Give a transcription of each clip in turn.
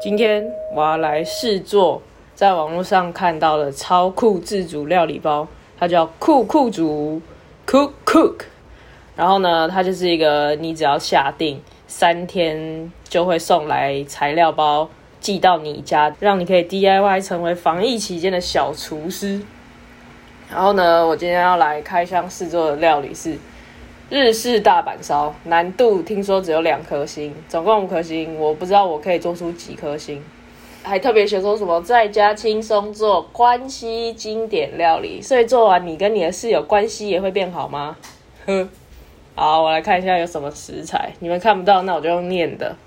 今天我要来试做在网络上看到的超酷自主料理包，它叫酷酷煮 Cook Cook。然后呢，它就是一个你只要下定3天就会送来材料包寄到你家，让你可以 DIY 成为防疫期间的小厨师。然后呢，我今天要来开箱试做的料理是日式大阪烧，难度听说只有2颗星，总共5颗星，我不知道我可以做出几颗星。还特别写说什么在家轻松做关西经典料理，所以做完你跟你的室友关系也会变好吗？呵，好，我来看一下有什么食材，你们看不到，那我就用念的。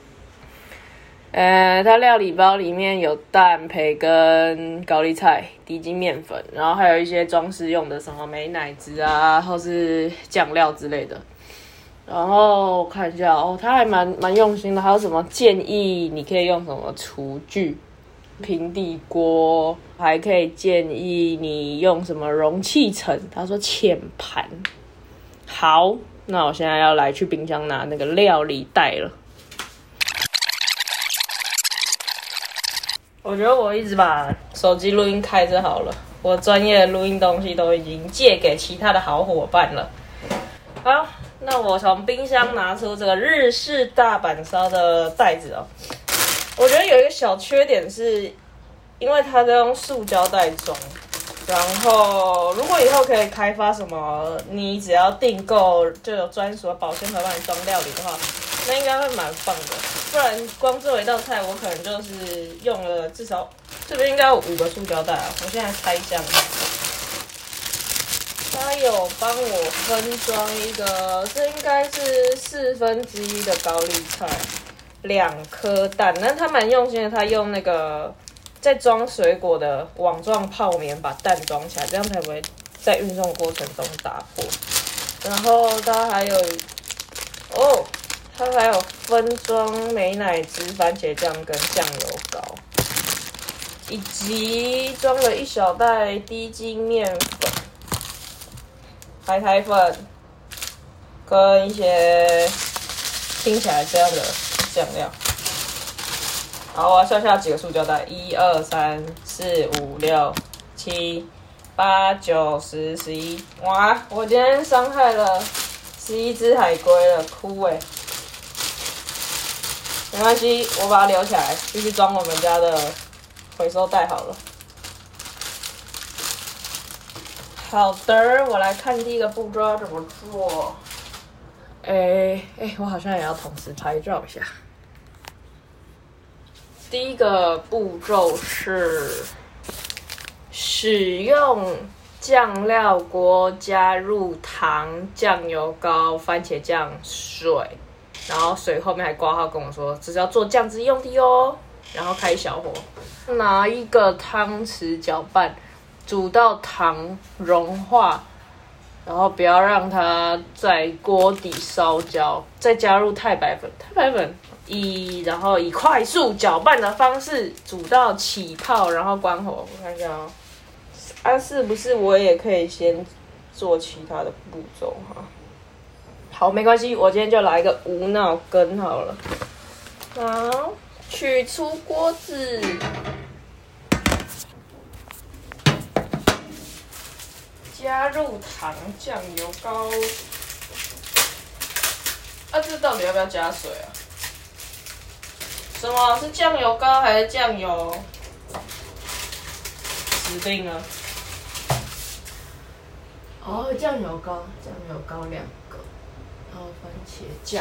它料理包里面有蛋、培根、高丽菜、低筋面粉，然后还有一些装饰用的什么美乃滋啊，或是酱料之类的。然后我看一下哦，它还蛮用心的，还有什么建议你可以用什么厨具、平底锅，还可以建议你用什么容器层，他说浅盘。好，那我现在要来去冰箱拿那个料理袋了。我觉得我一直把手机录音开着好了，我专业的录音东西都已经借给其他的好伙伴了。好，那我从冰箱拿出这个日式大阪烧的袋子哦。我觉得有一个小缺点是，因为它在用塑胶袋装，然后如果以后可以开发什么，你只要订购就有专属的保鲜盒帮你装料理的话，那应该会蛮棒的。不然光做一道菜，我可能就是用了至少这边应该有5个塑胶袋啊。我现在拆箱，他有帮我分装一个，这应该是1/4的高丽菜，2颗蛋，但他蛮用心的，他用那个在装水果的网状泡棉把蛋装起来，这样才不会在运送过程中打破。然后它还有它还有分装美乃滋、番茄酱跟酱油膏，以及装了1小袋低筋面粉、海苔粉跟一些听起来这样的酱料。好，我要算下几个塑胶袋，1、2、3、4、5、6、7、8、9、10、11。哇！我今天伤害了11只海龟了，哭欸！没关系，我把它留起来，继续装我们家的回收袋好了。好的，我来看第一个步骤要怎么做。我好像也要同时拍照一下。第一个步骤是使用酱料锅，加入糖、酱油膏、番茄酱、水，然后水后面还挂号跟我说这是要做酱汁用的哦。然后开小火，拿一个汤匙搅拌，煮到糖融化，然后不要让它在锅底烧焦，再加入太白粉，然后以快速搅拌的方式煮到起泡，然后关火。我看一下哦，是不是我也可以先做其他的步骤哈？好，没关系，我今天就来一个无脑羹好了。好，取出锅子，加入糖、酱油膏。这到底要不要加水啊？什么是酱油膏还是酱油？指定了。酱油膏2个，然后番茄酱、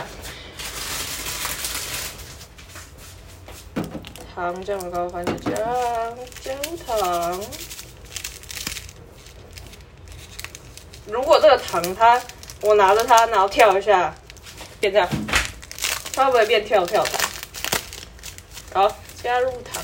糖、酱油膏、番茄酱、焦糖。如果这个糖我拿着它，然后跳一下，变这样，它会不会变跳糖？好，加入糖。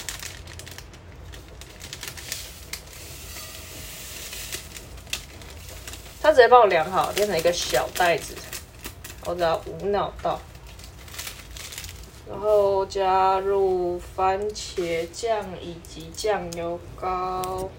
他直接帮我量好，变成一个小袋子，我只要无脑倒，然后加入番茄酱以及酱油膏。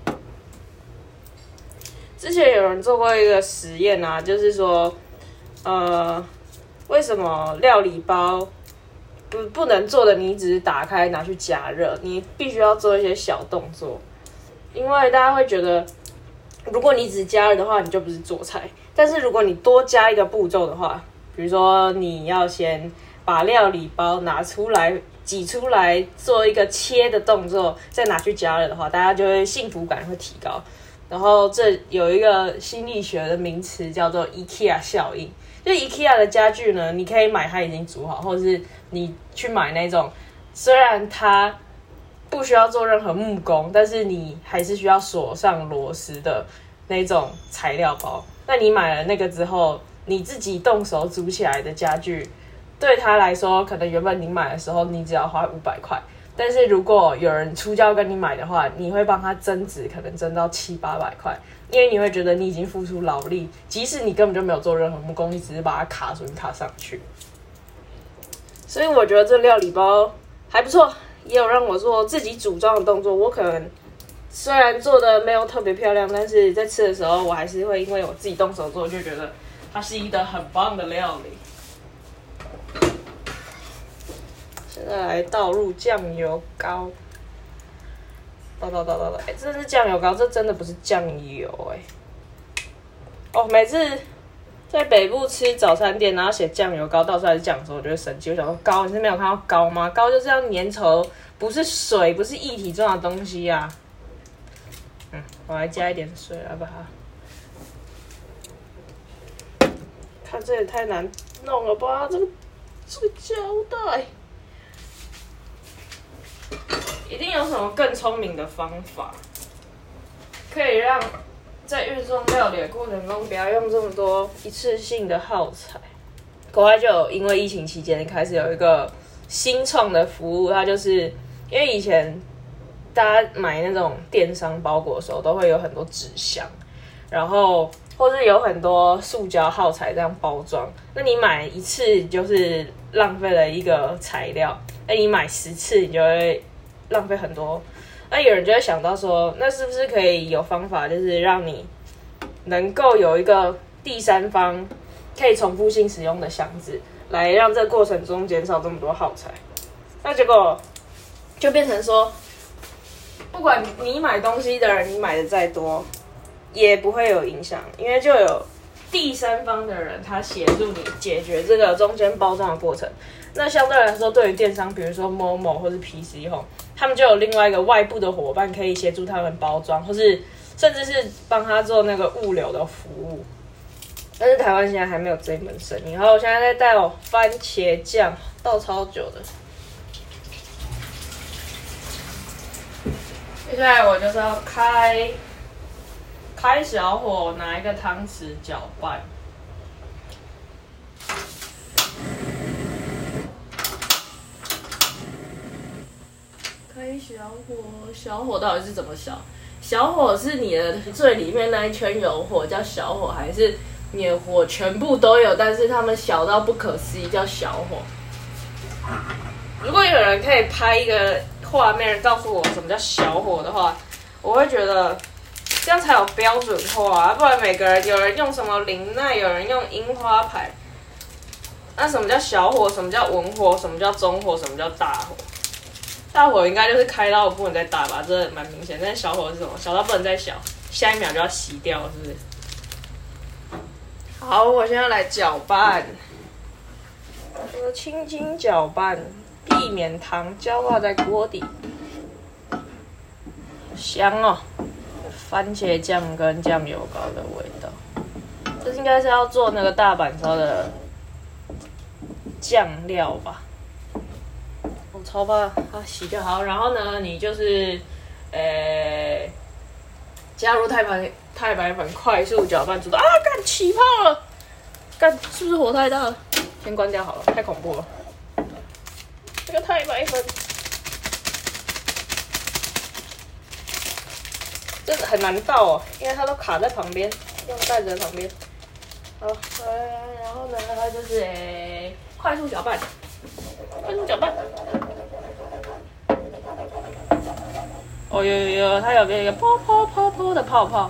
之前有人做过一个实验啊，就是说，为什么料理包不能做的，你只是打开拿去加热，你必须要做一些小动作，因为大家会觉得，如果你只加热的话，你就不是做菜。但是如果你多加一个步骤的话，比如说你要先把料理包拿出来挤出来，做一个切的动作，再拿去加热的话，大家就会幸福感会提高。然后这有一个心理学的名词叫做 IKEA 效应。就 IKEA 的家具呢，你可以买它已经煮好，或者是你去买那种虽然它不需要做任何木工，但是你还是需要锁上螺丝的那种材料包。那你买了那个之后，你自己动手组起来的家具，对他来说，可能原本你买的时候你只要花500块，但是如果有人出价跟你买的话，你会帮他增值，可能增到700-800块，因为你会觉得你已经付出劳力，即使你根本就没有做任何木工，你只是把它卡上去。所以我觉得这料理包还不错，也有让我做自己组装的动作。我可能虽然做的没有特别漂亮，但是在吃的时候，我还是会因为我自己动手做，就觉得它是一道很棒的料理。现在来倒入酱油膏，倒，这是酱油膏，这真的不是酱油哦，每次在北部吃早餐店，然后写酱油膏倒出来是酱的时候，我就会生气。我想说，膏你是没有看到膏吗？膏就是要粘稠，不是水，不是液体状的东西啊。我来加一点水来把它。看这也太难弄了吧？这个胶带，一定有什么更聪明的方法，可以让在运送料理的过程中不要用这么多一次性的耗材。国外就有因为疫情期间开始有一个新创的服务，它就是因为以前大家买那种电商包裹的时候都会有很多纸箱，然后或是有很多塑胶耗材这样包装，那你买一次就是浪费了一个材料，那你买10次你就会浪费很多。那有人就会想到说，那是不是可以有方法，就是让你能够有一个第三方可以重复性使用的箱子，来让这个过程中减少这么多耗材。那结果就变成说，不管你买东西的人，你买的再多，也不会有影响，因为就有第三方的人他协助你解决这个中间包装的过程。那相对来说，对于电商，比如说 Momo 或是 PC Home， 他们就有另外一个外部的伙伴可以协助他们包装，或是甚至是帮他做那个物流的服务。但是台湾现在还没有这一门生意。然后我现在在倒番茄酱，倒超久的。接下来我就是要开小火，拿一个汤匙搅拌。开小火到底是怎么小？小火是你的最里面那一圈有火叫小火，还是你的火全部都有，但是它们小到不可思议叫小火？如果有人可以拍一个画面告诉我什么叫小火的话，我会觉得这样才有标准化不然每个人有人用什么林奈，有人用樱花牌。那什么叫小火？什么叫文火？什么叫中火？什么叫大火？大火应该就是开到不能再大吧，这蛮明显。但是小火是什么？小到不能再小，下一秒就要熄掉，是不是？好，我现在来搅拌，轻轻搅拌，避免糖焦化在锅底。香哦，番茄酱跟酱油膏的味道。这应该是要做那个大阪烧的酱料吧。我超怕它洗就好，然后呢，你就是加入太白粉，快速搅拌出的干起泡了，干是不是火太大了？先关掉好了，太恐怖了。这个太白粉真的很难倒哦，因为它都卡在旁边，用袋子在旁边。好，然后呢，它就是快速搅拌。哦有，它有一个泡的泡泡。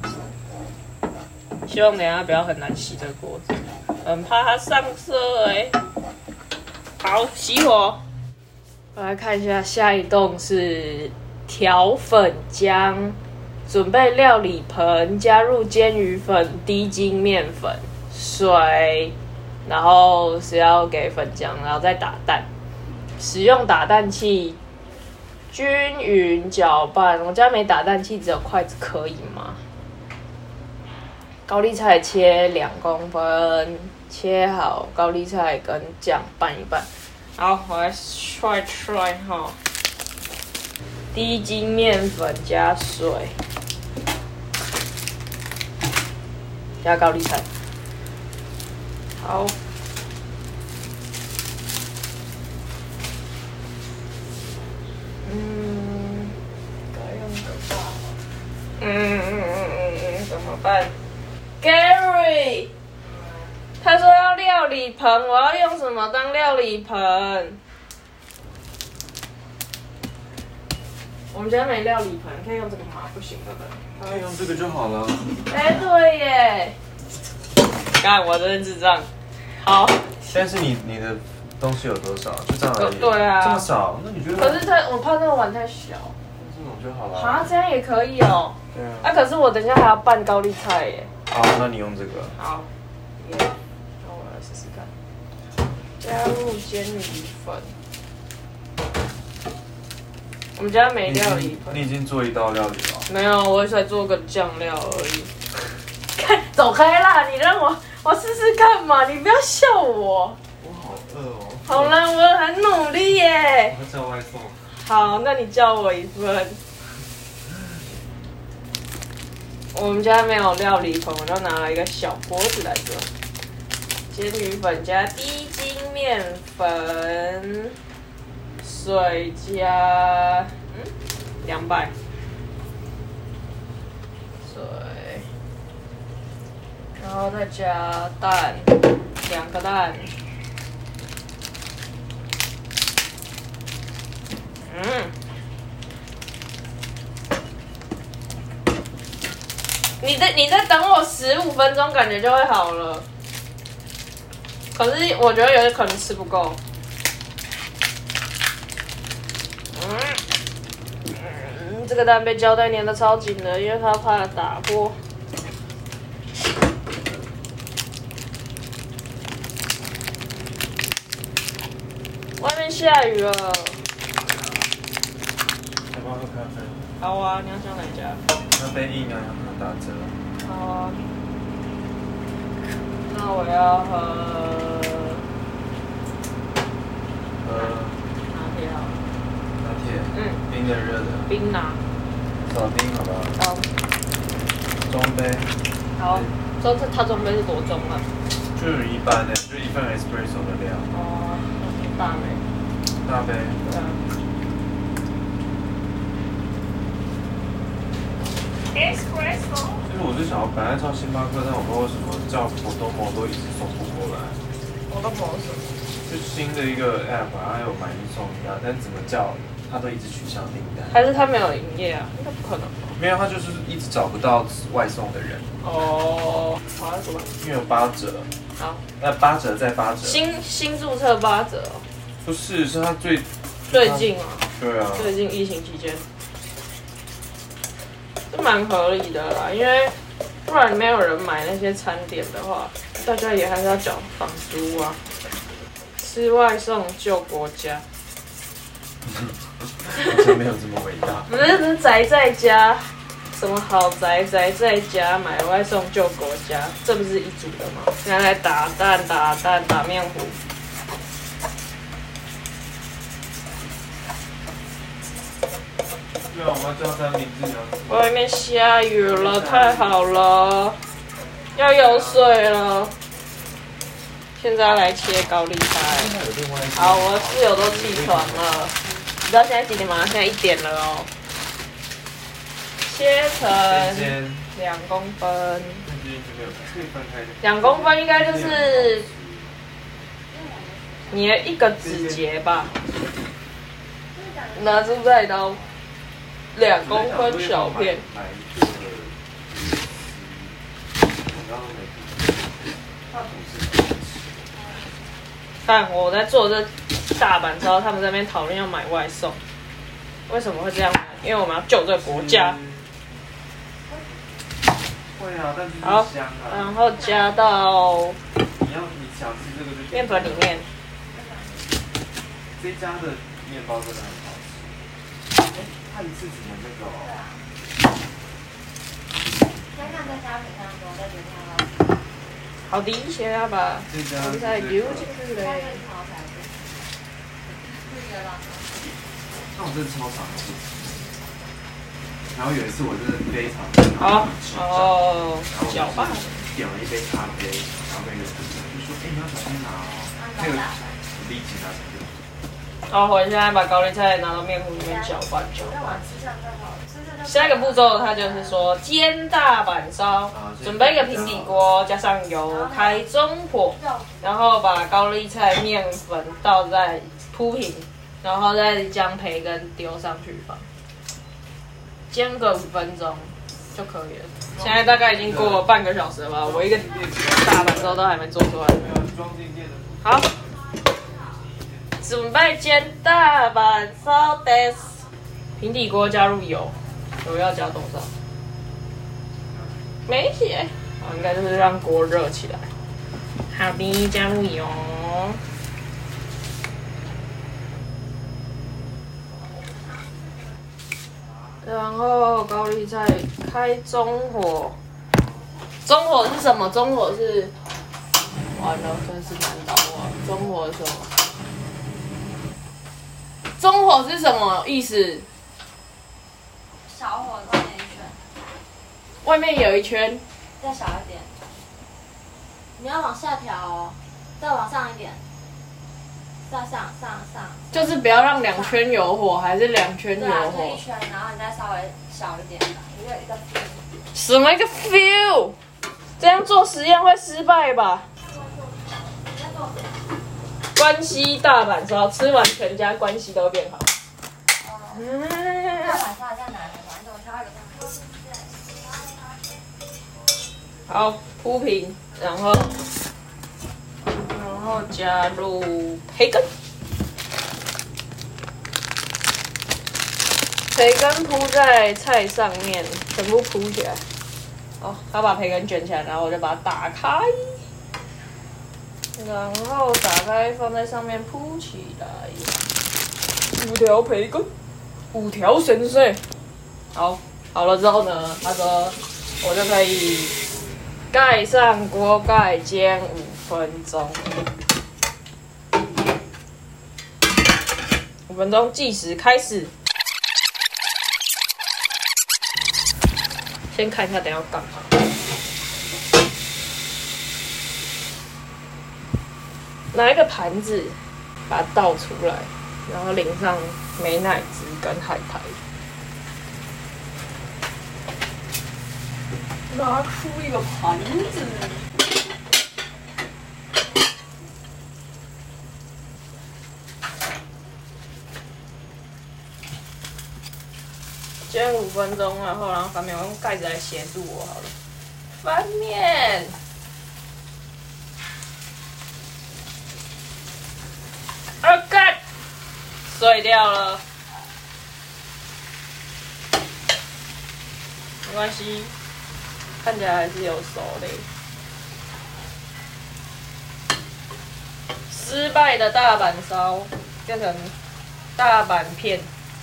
希望等一下不要很难洗这个锅子，很怕它上色好，熄火。我来看一下，下一栋是调粉浆，准备料理盆，加入煎鱼粉、低筋面粉、水，然后是要给粉浆，然后再打蛋。使用打蛋器，均匀搅拌。我家没打蛋器，只有筷子，可以吗？高丽菜切2公分，切好高丽菜跟酱拌一拌。好，我来 try 哈。低筋面粉加水，加高丽菜。好。怎么办 ？Gary， 他说要料理盆，我要用什么当料理盆？我们家没料理盆，可以用这个吗？不行的， 可以用这个就好了。 哎，对耶！干，我真的智障。好。 但是你的东西有多少？就这样而已。 对啊。 这么少？那你觉得？ 可是我怕那个碗太小。 这种就好了。 啊，这样也可以哦。 对啊。 啊，可是我等一下还要拌高丽菜耶。 好，那你用这个。 好。那我来试试看。加入煎鱼粉。我们家没料理盆。 你已经做一道料理了。 没有，我才做个酱料而已。看，走开啦！你让我试试看嘛，你不要笑我。 我好饿哦。 好了，我很努力耶。 我要叫外送。 好，那你叫我一份。我们家没有料理盆，我就拿了一个小锅子来做。煎鱼粉加低筋面粉。水加200，水，然后再加蛋，2个蛋，你再等我15分钟，感觉就会好了。可是我觉得有可能吃不够。这个蛋被胶带粘得超紧的，因为它怕打破。外面下雨了。 要不要喝咖啡？ 好啊，你要想哪家？ 那杯饮料要打折。 好啊。那我要喝。拿铁好了。 拿铁。冰的热的。 冰拿。 少冰好不好？ 好。 中杯。 好。它中杯是多重啊？ 就是一般的，就一份 espresso 的量。 哦，那大杯。 大杯。 对啊。espresso。 其实我是想要，本来叫星巴克，但我不知道为什么叫活动模都一直送不过来。 活动模什么？ 就新的一个 app， 还有买一送一啊，但怎么叫他都一直取消订单。 还是他没有营业啊？应该不可能吧？ 没有，他就是一直找不到外送的人。 哦，好，什么？ 因为有8折。 好。 8折再8折。 新注册8折哦。 不是，是他最近啊。 对啊。 最近疫情期间，这蛮合理的啦，因为不然没有人买那些餐点的话，大家也还是要缴房租啊。吃外送救国家。 好像没有这么伟大。 不是宅在家，什么好宅在家买外送救国家，这不是一组的吗？现在来打蛋、打面糊。 对啊，我们要叫他名字呢。 外面下雨了，太好了，要有水了。现在来切高丽菜。好，我的室友都起床了。你知道现在几点吗？现在1点了哦。切成2公分。2公分应该就是你的1个指节吧。拿出菜刀，2公分小片。看我在做这大阪烧，他们在那边讨论要买外送。为什么会这样呢？因为我们要救这个国家。 会啊，但是好， 香啊。 然后加到你想吃这个就面粉里面。 这家的面包真的很好吃。它一次只能那个哦。 先看在家品上多，再决定要不要。 好的，现在把蔬菜丢进去嘞。 那我真的超常吃。然后有一次我真的非常好，哦，搅拌。 点了一杯咖啡，然后那个就说：“你要小心拿哦。”那个力气拿什么？ 然后我现在把高丽菜拿到面糊里面搅拌。下一个步骤，它就是说煎大阪烧，准备一个平底锅，加上油，开中火，然后把高丽菜面粉倒在铺平，然后再将培根丢上去放，煎个5分钟就可以了。现在大概已经过了半个小时了吧，我一个大阪烧都还没做出来。好，准备煎大阪烧です。平底锅加入油，油要加多少？没写。好，应该就是让锅热起来。好的，加入油。然后高丽菜开中火，中火是什么？中火是完了，真是难倒我。中火是什么？中火是什么意思？ 小火外面一圈， 外面有一圈， 再小一点。你要往下调哦，再往上一点，再上。 就是不要让2圈有火，还是2圈有对啊，就火？ 一圈，然后你再稍微小一点，一个 feel。 什么一个 feel？ 这样做实验会失败吧？关西大阪烧，吃完全家关系都变好。 大阪烧好像难的，反正我挑一个。 好，铺平，然后加入培根，培根铺在菜上面，全部铺起来。好，他把培根卷起来，然后我就把它打开，然后打开放在上面铺起来。5条培根，5条神碎。好，好了之后呢，他说我就可以盖上锅盖煎5分钟。5分钟计时开始。先看一下，等一下要干嘛。拿一个盘子，把它倒出来，然后淋上美乃滋跟海苔。拿出一个盘子，煎5分钟，然后翻面，我用盖子来协助我好了。翻面，干，碎掉了，没关系，看起来还是有熟的。失败的大阪烧变成大阪片。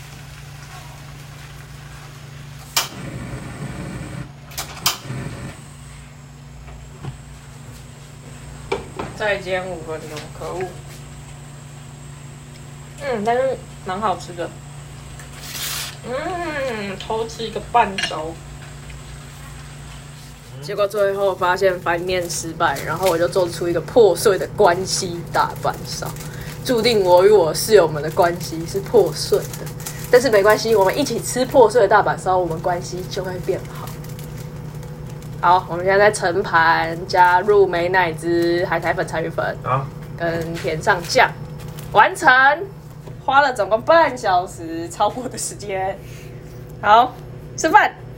再煎5分钟，可恶。但是蛮好吃的。偷吃一个半熟。结果最后发现翻面失败，然后我就做出一个破碎的关西大阪烧，注定我与我室友们的关系是破碎的。但是没关系，我们一起吃破碎的大阪烧，我们关系就会变好。好，我们现在在盛盘，加入美乃滋、海苔粉、柴鱼粉，跟填上酱，完成。花了总共半小时，超过的时间。好，吃饭。